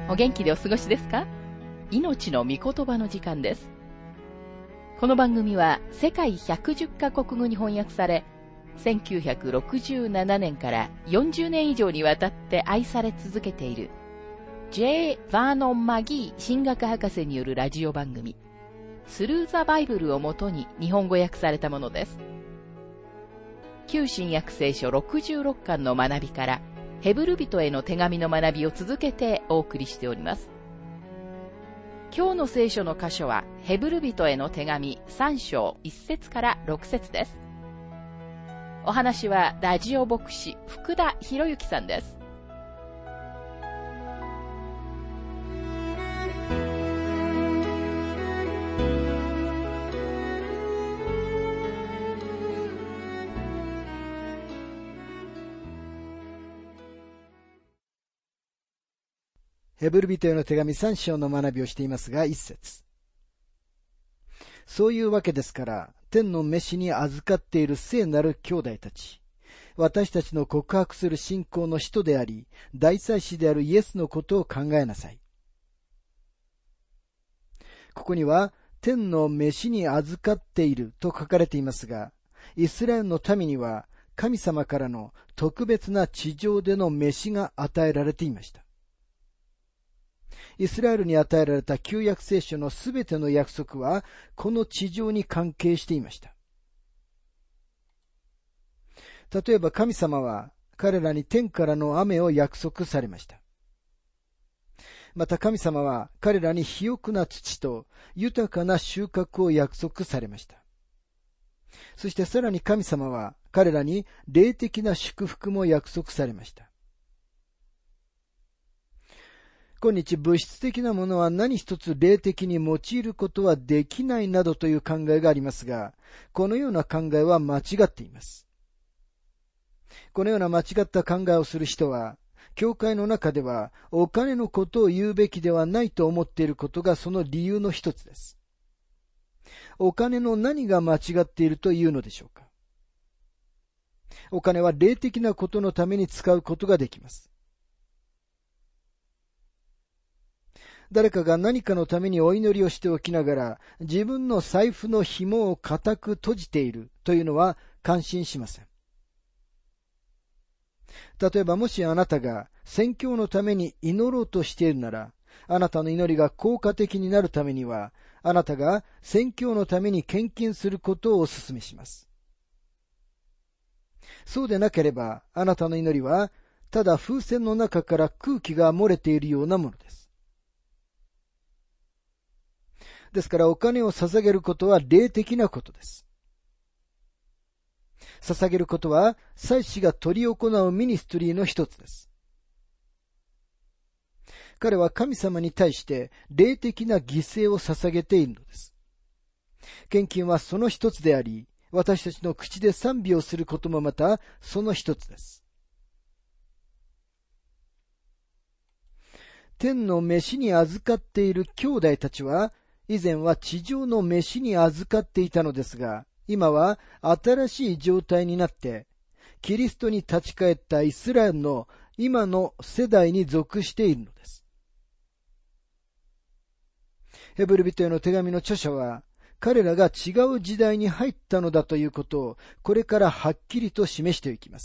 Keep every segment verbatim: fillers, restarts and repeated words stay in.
お元気でお過ごしですか？命の御言葉の時間です。この番組は世界ひゃくじゅっカ国語に翻訳され、せんきゅうひゃくろくじゅうななねんからよんじゅうねん以上にわたって愛され続けている J. バーノン・マギー神学博士によるラジオ番組、スルー・ザ・バイブルをもとに日本語訳されたものです。旧新約聖書ろくじゅうろっかんの学びから、ヘブル人への手紙の学びを続けてお送りしております。今日の聖書の箇所は、ヘブル人への手紙さん章いち節からろく節です。お話はラジオ牧師福田博之さんです。 ヘブル人への手紙さん章の学びをしていますが、一節。そういうわけですから、天の召しに預かっている聖なる兄弟たち、私たちの告白する信仰の使徒であり、大祭司であるイエスのことを考えなさい。ここには、天の召しに預かっていると書かれていますが、イスラエルの民には、神様からの特別な地上での召しが与えられていました。イスラエルに与えられた旧約聖書のすべての約束は、この地上に関係していました。例えば神様は、彼らに天からの雨を約束されました。また神様は、彼らに肥沃な土と豊かな収穫を約束されました。そしてさらに神様は、彼らに霊的な祝福も約束されました。今日物質的なものは何一つ霊的に用いることはできないなどという考えがありますが、このような考えは間違っています。このような間違った考えをする人は、教会の中ではお金のことを言うべきではないと思っていることがその理由の一つです。お金の何が間違っているというのでしょうか。お金は霊的なことのために使うことができます。誰かが何かのためにお祈りをしておきながら、自分の財布の紐を固く閉じているというのは感心しません。例えばもしあなたが宣教のために祈ろうとしているなら、あなたの祈りが効果的になるためには、あなたが宣教のために献金することをお勧めします。そうでなければ、あなたの祈りは、ただ風船の中から空気が漏れているようなものです。ですからお金を捧げることは霊的なことです。捧げることは祭司が執り行うミニストリーの一つです。彼は神様に対して霊的な犠牲を捧げているのです。献金はその一つであり、私たちの口で賛美をすることもまたその一つです。天の召しに預かっている兄弟たちは、以前は地上の召しに預かっていたのですが、今は新しい状態になって、キリストに立ち返ったイスラエルの今の世代に属しているのです。ヘブル人への手紙の著者は、彼らが違う時代に入ったのだということを、これからはっきりと示していきます。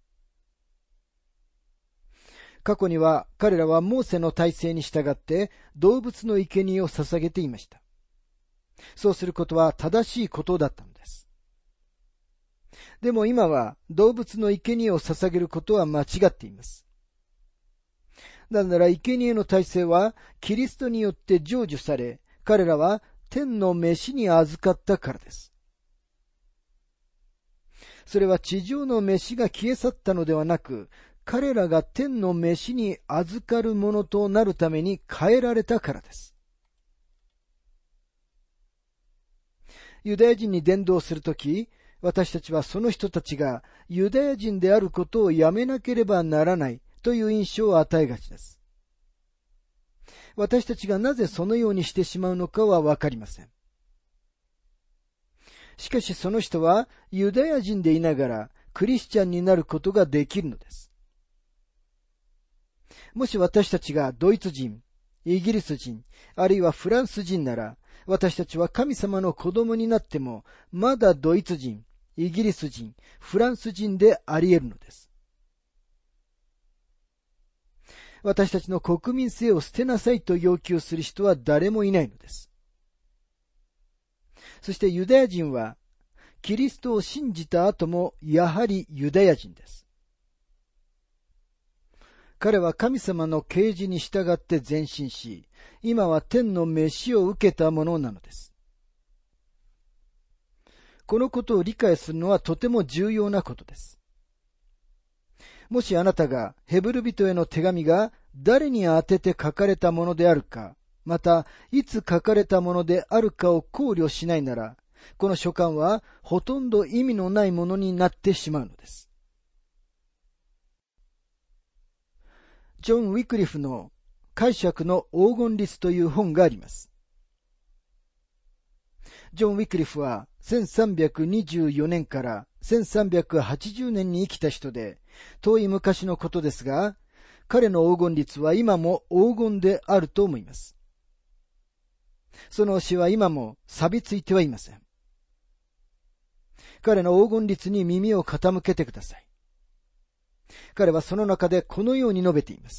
過去には彼らはモーセの体制に従って動物の生贄を捧げていました。そうすることは正しいことだったのです。でも今は動物の生贄を捧げることは間違っています。なぜなら生贄の体制はキリストによって成就され、彼らは天の召しに預かったからです。それは地上の召しが消え去ったのではなく、彼らが天の召しに預かるものとなるために変えられたからです。ユダヤ人に伝道するとき、私たちはその人たちがユダヤ人であることをやめなければならないという印象を与えがちです。私たちがなぜそのようにしてしまうのかはわかりません。しかしその人はユダヤ人でいながらクリスチャンになることができるのです。 もし私たちがドイツ人、イギリス人、あるいはフランス人なら、私たちは神様の子供になっても、まだドイツ人、イギリス人、フランス人であり得るのです。私たちの国民性を捨てなさいと要求する人は誰もいないのです。そしてユダヤ人は、キリストを信じた後もやはりユダヤ人です。彼は神様の啓示に従って前進し、今は天の召しを受けたものなのです。このことを理解するのはとても重要なことです。もしあなたがヘブル人への手紙が誰に宛てて書かれたものであるか、またいつ書かれたものであるかを考慮しないなら、この書簡はほとんど意味のないものになってしまうのです。ジョン・ウィクリフの解釈の黄金律という本があります。ジョン・ウィクリフはせんさんびゃくにじゅうよねんからせんさんびゃくはちじゅうねんに生きた人で、遠い昔のことですが、彼の黄金律は今も黄金であると思います。その教えは今も錆びついてはいません。彼の黄金律に耳を傾けてください。彼はその中でこのように述べています。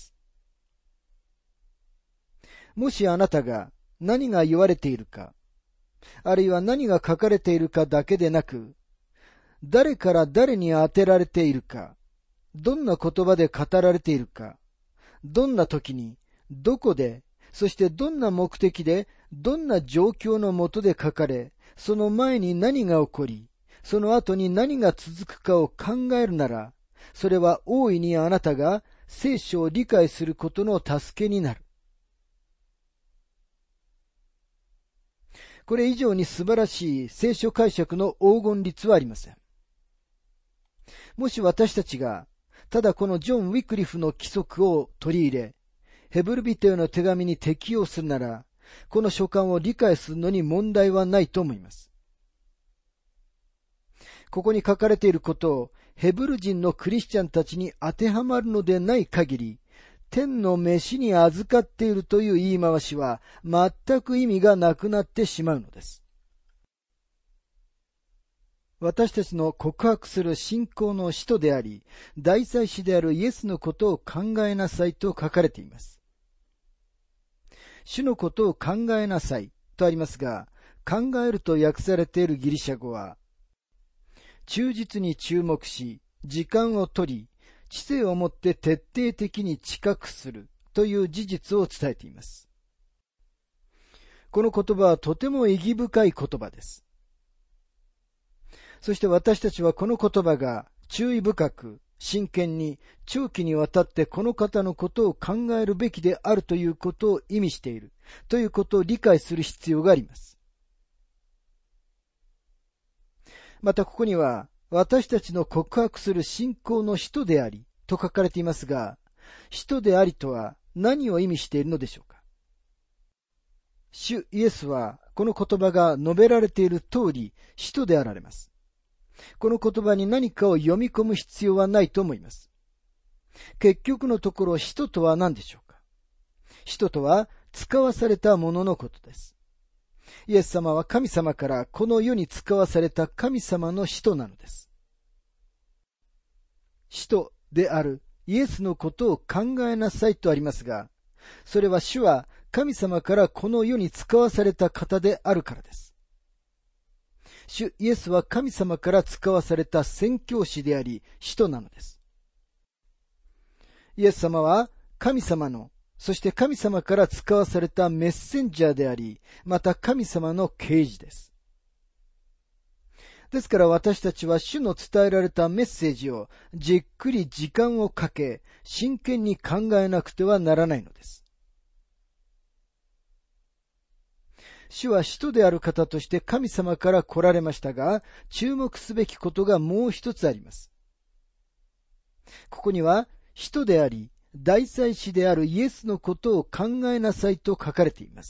もしあなたが何が言われているか、あるいは何が書かれているかだけでなく、誰から誰に当てられているか、どんな言葉で語られているか、どんな時に、どこで、そしてどんな目的で、どんな状況のもとで書かれ、その前に何が起こり、その後に何が続くかを考えるなら、それは大いにあなたが聖書を理解することの助けになる。これ以上に素晴らしい聖書解釈の黄金律はありません。もし私たちが、ただこのジョン・ウィクリフの規則を取り入れ、ヘブル人への手紙に適用するなら、この書簡を理解するのに問題はないと思います。ここに書かれていることをヘブル人のクリスチャンたちに当てはまるのでない限り、天の召しに預かっているという言い回しは全く意味がなくなってしまうのです。私たちの告白する信仰の使徒であり、大祭司であるイエスのことを考えなさいと書かれています。主のことを考えなさいとありますが、考えると訳されているギリシャ語は、忠実に注目し、時間を取り、知性をもって徹底的に知覚するという事実を伝えています。この言葉はとても意義深い言葉です。そして私たちはこの言葉が注意深く、真剣に、長期にわたってこの方のことを考えるべきであるということを意味しているということを理解する必要があります。またここには、私たちの告白する信仰の使徒でありと書かれていますが、使徒でありとは何を意味しているのでしょうか。主イエスはこの言葉が述べられている通り使徒であられます。この言葉に何かを読み込む必要はないと思います。結局のところ使徒とは何でしょうか。使徒とは使わされたもののことです。イエス様は神様からこの世に使わされた神様の使徒なのです。使徒であるイエスのことを考えなさいとありますが、それは主は神様からこの世に使わされた方であるからです。主イエスは神様から使わされた宣教師であり、使徒なのです。イエス様は神様のそして神様から使わされたメッセンジャーであり、また神様の啓示です。ですから私たちは主の伝えられたメッセージをじっくり時間をかけ、真剣に考えなくてはならないのです。主は使徒である方として神様から来られましたが、注目すべきことがもう一つあります。ここには使徒であり、大祭司であるイエスのことを考えなさいと書かれています。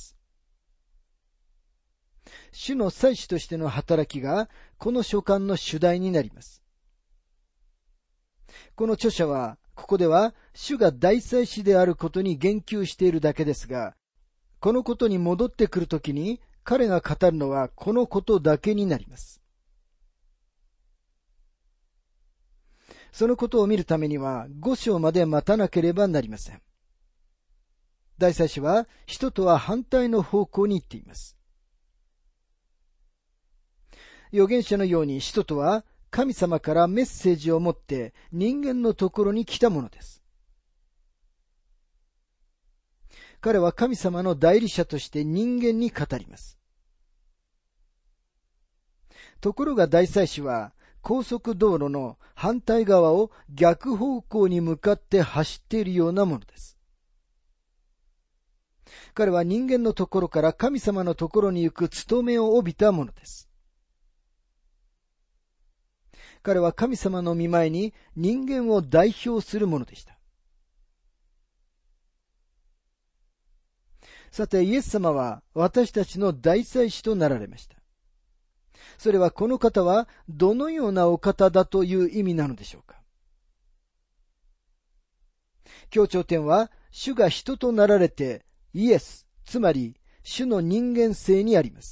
主の祭司としての働きがこの書簡の主題になります。この著者はここでは主が大祭司であることに言及しているだけですが、このことに戻ってくるときに彼が語るのはこのことだけになります。そのことを見るためにはご章まで待たなければなりません。大祭司は人とは反対の方向に行っています。預言者のように使徒とは神様からメッセージを持って人間のところに来たものです。彼は神様の代理者として人間に語ります。ところが大祭司は高速道路の反対側を逆方向に向かって走っているようなものです。彼は人間のところから神様のところに行く務めを帯びたものです。彼は神様の御前に人間を代表するものでした。さて、イエス様は私たちの大祭司となられました。それはこの方はどのようなお方だという意味なのでしょうか。強調点は、主が人となられてイエス、つまり主の人間性にあります。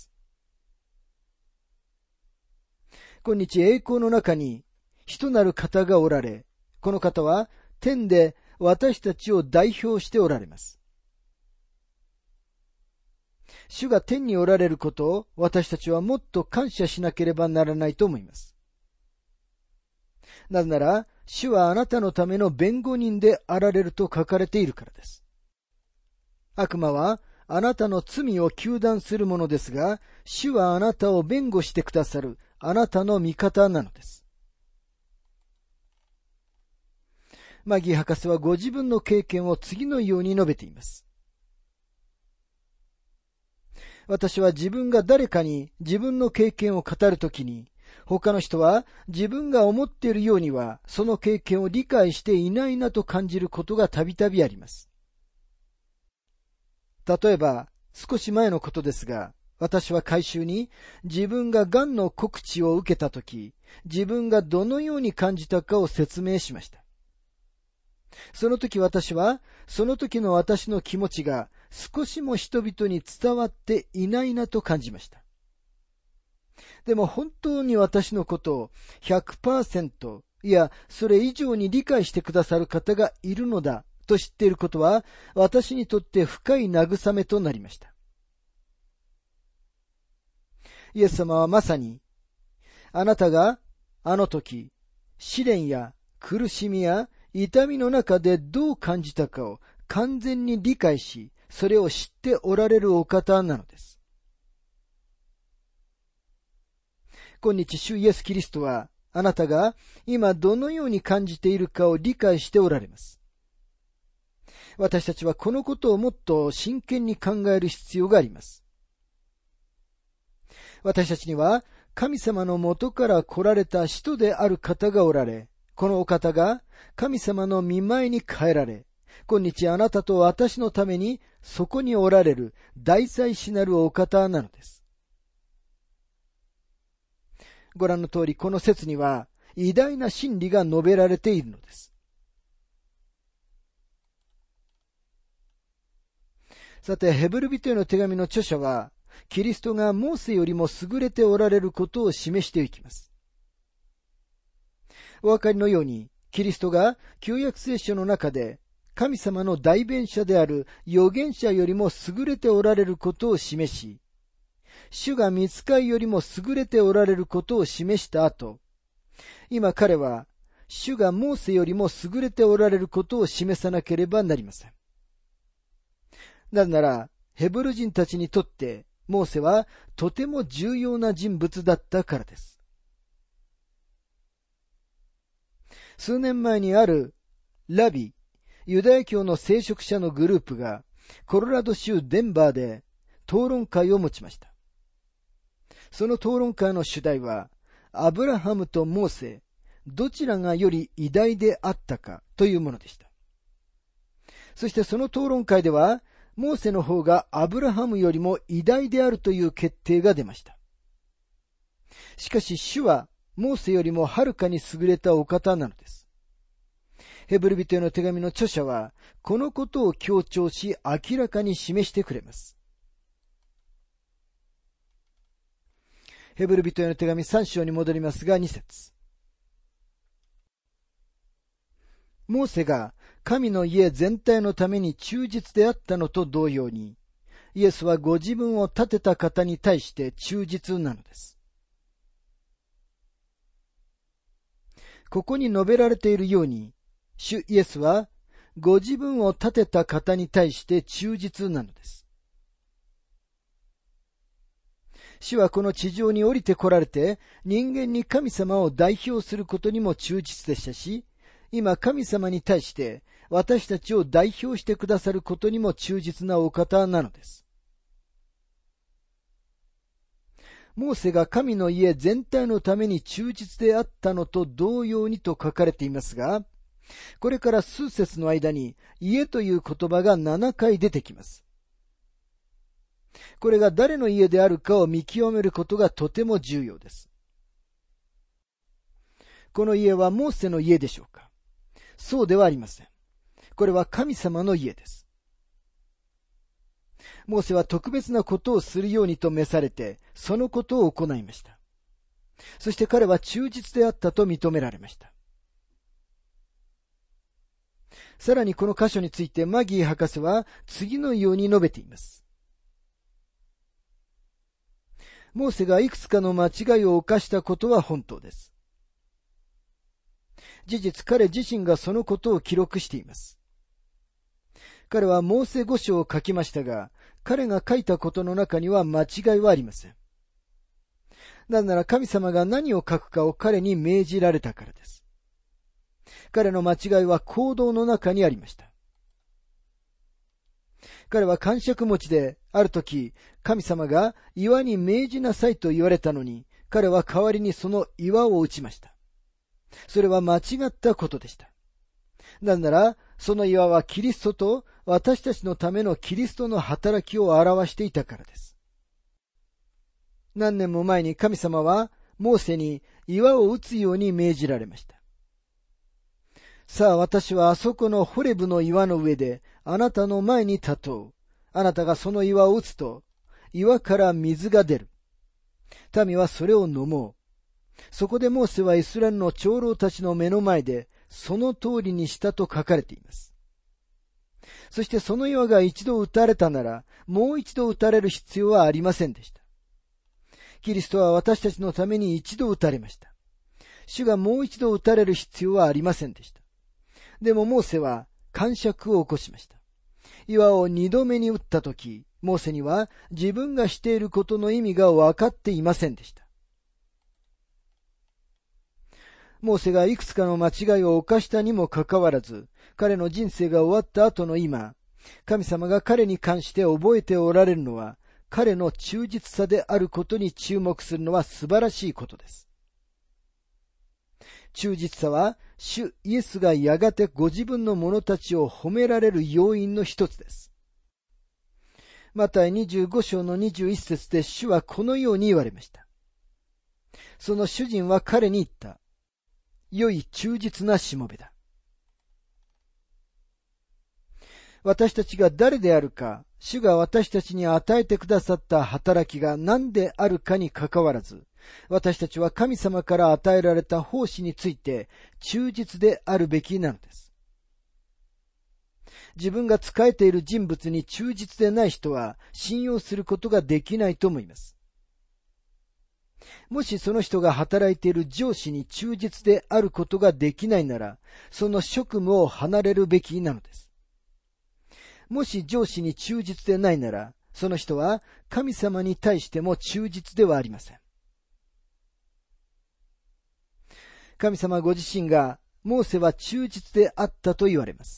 今日栄光の中に主となる方がおられ、この方は天で私たちを代表しておられます。主が天におられることを私たちはもっと感謝しなければならないと思います。なぜなら、主はあなたのための弁護人であられると書かれているからです。悪魔はあなたの罪を糾弾するものですが、主はあなたを弁護してくださるあなたの味方なのです。マギー博士はご自分の経験を次のように述べています。私は自分が誰かに自分の経験を語るときに、他の人は自分が思っているようにはその経験を理解していないなと感じることがたびたびあります。例えば、少し前のことですが、私は改宗に自分が癌の告知を受けたとき、自分がどのように感じたかを説明しました。その時私は、その時の私の気持ちが少しも人々に伝わっていないなと感じました。でも本当に私のことを ひゃくパーセント、いや、それ以上に理解してくださる方がいるのだと知っていることは、私にとって深い慰めとなりました。イエス様はまさに、あなたがあの時、試練や苦しみや痛みの中でどう感じたかを完全に理解し、それを知っておられるお方なのです。今日、主イエス・キリストは、あなたが今どのように感じているかを理解しておられます。私たちはこのことをもっと真剣に考える必要があります。私たちには神様の元から来られた使徒である方がおられ、このお方が神様の御前に帰られ、今日あなたと私のためにそこにおられる大祭司なるお方なのです。ご覧の通り、この説には偉大な真理が述べられているのです。さて、ヘブル人への手紙の著者は、キリストがモーセよりも優れておられることを示していきます。お分かりのように、キリストが旧約聖書の中で神様の代弁者である預言者よりも優れておられることを示し、主が御使いよりも優れておられることを示した後、今彼は主がモーセよりも優れておられることを示さなければなりません。なぜなら、ヘブル人たちにとってモーセはとても重要な人物だったからです。数年前にあるラビ、ユダヤ教の聖職者のグループがコロラド州デンバーで討論会を持ちました。その討論会の主題は、アブラハムとモーセ、どちらがより偉大であったかというものでした。そしてその討論会では、モーセの方がアブラハムよりも偉大であるという決定が出ました。しかし主はモーセよりもはるかに優れたお方なのです。 ヘブル人への手紙の著者は、このことを強調し明らかに示してくれます。ヘブル人への手紙さん章に戻りますが、に節。モーセが神の家全体のために忠実であったのと同様に、イエスはご自分を立てた方に対して忠実なのです。ここに述べられているように、主イエスはご自分を立てた方に対して忠実なのです。主はこの地上に降りて来られて、人間に神様を代表することにも忠実でしたし、今神様に対して私たちを代表してくださることにも忠実なお方なのです。モーセが神の家全体のために忠実であったのと同様にと書かれていますが、これから数節の間に家という言葉がななかい出てきます。これが誰の家であるかを見極めることがとても重要です。この家はモーセの家でしょうか？そうではありません。これは神様の家です。モーセは特別なことをするようにと召されて、そのことを行いました。そして彼は忠実であったと認められました。さらにこの箇所についてマギー博士は次のように述べています。モーセがいくつかの間違いを犯したことは本当です。事実、彼自身がそのことを記録しています。彼はモーセ五章を書きましたが、彼が書いたことの中には間違いはありません。なぜなら神様が何を書くかを彼に命じられたからです。彼の間違いは行動の中にありました。彼は癇癪持ちで、ある時、神様が岩に命じなさいと言われたのに、彼は代わりにその岩を打ちました。それは間違ったことでした。なぜなら、その岩はキリストと私たちのためのキリストの働きを表していたからです。何年も前に神様はモーセに岩を打つように命じられました。さあ私はあそこのホレブの岩の上であなたの前に立とう。あなたがその岩を打つと岩から水が出る。民はそれを飲もう。そこでモーセはイスラエルの長老たちの目の前でその通りにしたと書かれています。そしてその岩が一度打たれたならもう一度打たれる必要はありませんでした。キリストは私たちのために一度打たれました。主がもう一度打たれる必要はありませんでした。でもモーセは癇癪を起こしました。岩を二度目に打ったとき、モーセには自分がしていることの意味が分かっていませんでした。モーセがいくつかの間違いを犯したにもかかわらず、彼の人生が終わった後の今、神様が彼に関して覚えておられるのは、彼の忠実さであることに注目するのは素晴らしいことです。忠実さは、主イエスがやがてご自分の者たちを褒められる要因の一つです。マタイにじゅうご章のにじゅういち節で主はこのように言われました。その主人は彼に言った。良い忠実なしもべだ。私たちが誰であるか、主が私たちに与えてくださった働きが何であるかにかかわらず、私たちは神様から与えられた奉仕について忠実であるべきなのです。自分が仕えている人物に忠実でない人は信用することができないと思います。もしその人が働いている上司に忠実であることができないなら、その職務を離れるべきなのです。もし上司に忠実でないなら、その人は神様に対しても忠実ではありません。神様ご自身が、モーセは忠実であったと言われます。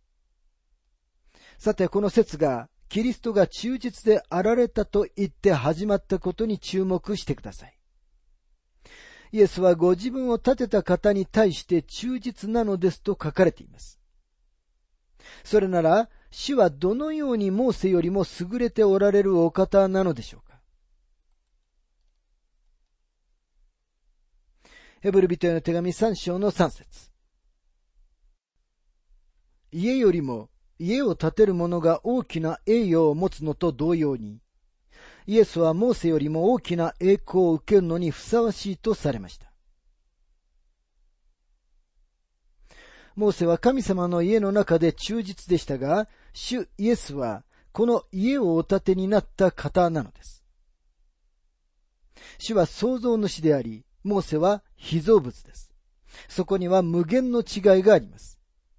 さて、この説が、キリストが忠実であられたと言って始まったことに注目してください。イエスはご自分を立てた方に対して忠実なのですと書かれています。それなら、主はどのようにモーセよりも優れておられるお方なのでしょうか。ヘブル人への手紙さん章のさん節。 家よりも家を建てる者が大きな栄誉を持つのと同様に、イエスはモーセよりも大きな栄光を受けるのにふさわしいとされました。モーセは神様の家の中で忠実でしたが、主イエスはこの家をお建てになった方なのです。主は創造主であり、モーセは被造物です。そこには無限の違いがあります。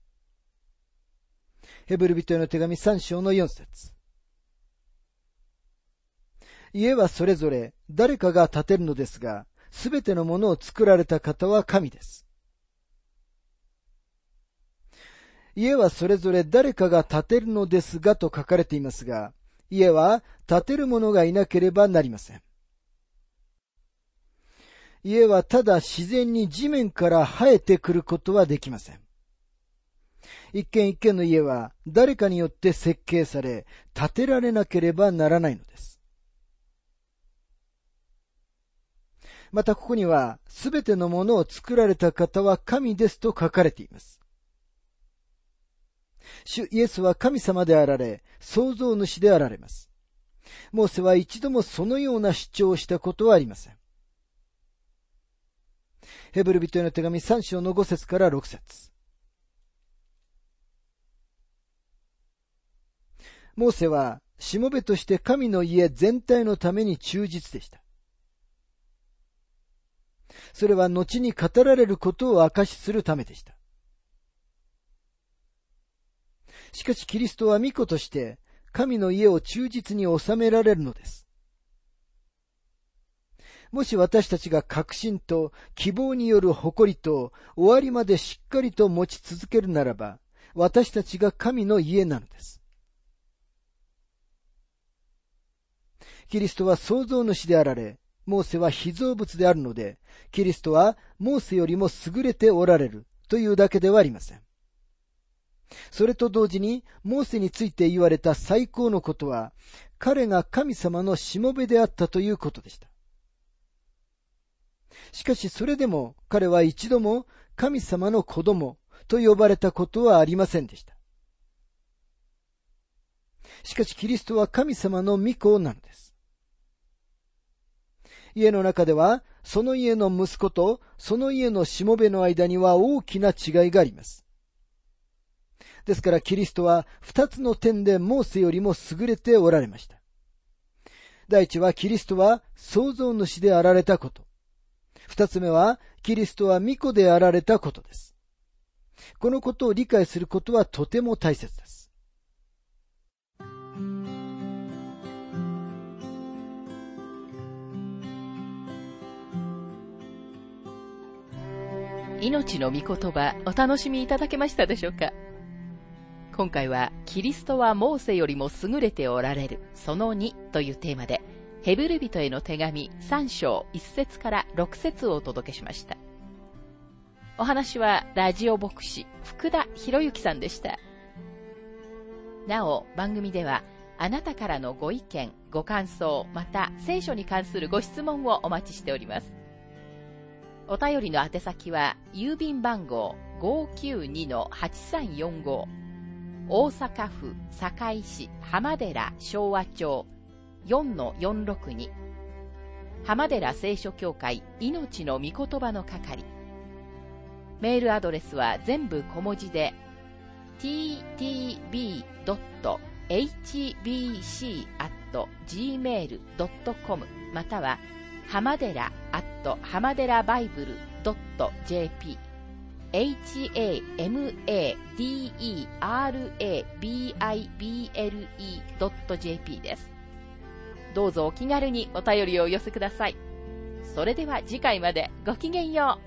ヘブル人への手紙さん章のよん節。家はそれぞれ誰かが建てるのですが、すべてのものを作られた方は神です。家はそれぞれ誰かが建てるのですがと書かれていますが、家は建てる者がいなければなりません。家はただ自然に地面から生えてくることはできません。一軒一軒の家は誰かによって設計され、建てられなければならないのです。またここには、すべてのものを作られた方は神ですと書かれています。主イエスは神様であられ、創造主であられます。モーセは一度もそのような主張をしたことはありません。ヘブル人への手紙さん章のご節からろく節。モーセはしもべとして神の家全体のために忠実でした。それは後に語られることを証しするためでした。しかしキリストは御子として神の家を忠実に収められるのです。もし私たちが確信と希望による誇りと終わりまでしっかりと持ち続けるならば、私たちが神の家なのです。キリストは創造主であられ、モーセは被造物であるので、キリストはモーセよりも優れておられるというだけではありません。それと同時に、モーセについて言われた最高のことは、彼が神様のしもべであったということでした。しかしそれでも彼は一度も神様の子供と呼ばれたことはありませんでした。しかしキリストは神様の御子なのです。家の中では、その家の息子とその家のしもべの間には大きな違いがあります。ですからキリストは二つの点でモーセよりも優れておられました。第一はキリストは創造主であられたこと。二つ目はキリストは御子であられたことです。このことを理解することはとても大切です。 命の御言葉、お楽しみいただけましたでしょうか。今回はキリストはモーセよりも優れておられるそのにというテーマで、ヘブル人への手紙さん章いち節からろく節をお届けしました。お話はラジオ牧師福田博之さんでした。なお番組ではあなたからのご意見ご感想、また聖書に関するご質問をお待ちしております。お便りの宛先は郵便番号 ごーきゅうにのはちさんよんご、大阪府堺市浜寺昭和町 よんのよんろくに、浜寺聖書協会命の御言葉の係。メールアドレスは全部小文字で ティーティービードットエイチビーシーアットジーメールドットコム または浜寺アット浜寺バイブルドットジェーピーエイチエーエムエーディーイーアールエービーアイビーエルイードットジェーピー です。どうぞお気軽にお便りをお寄せください。それでは次回までごきげんよう。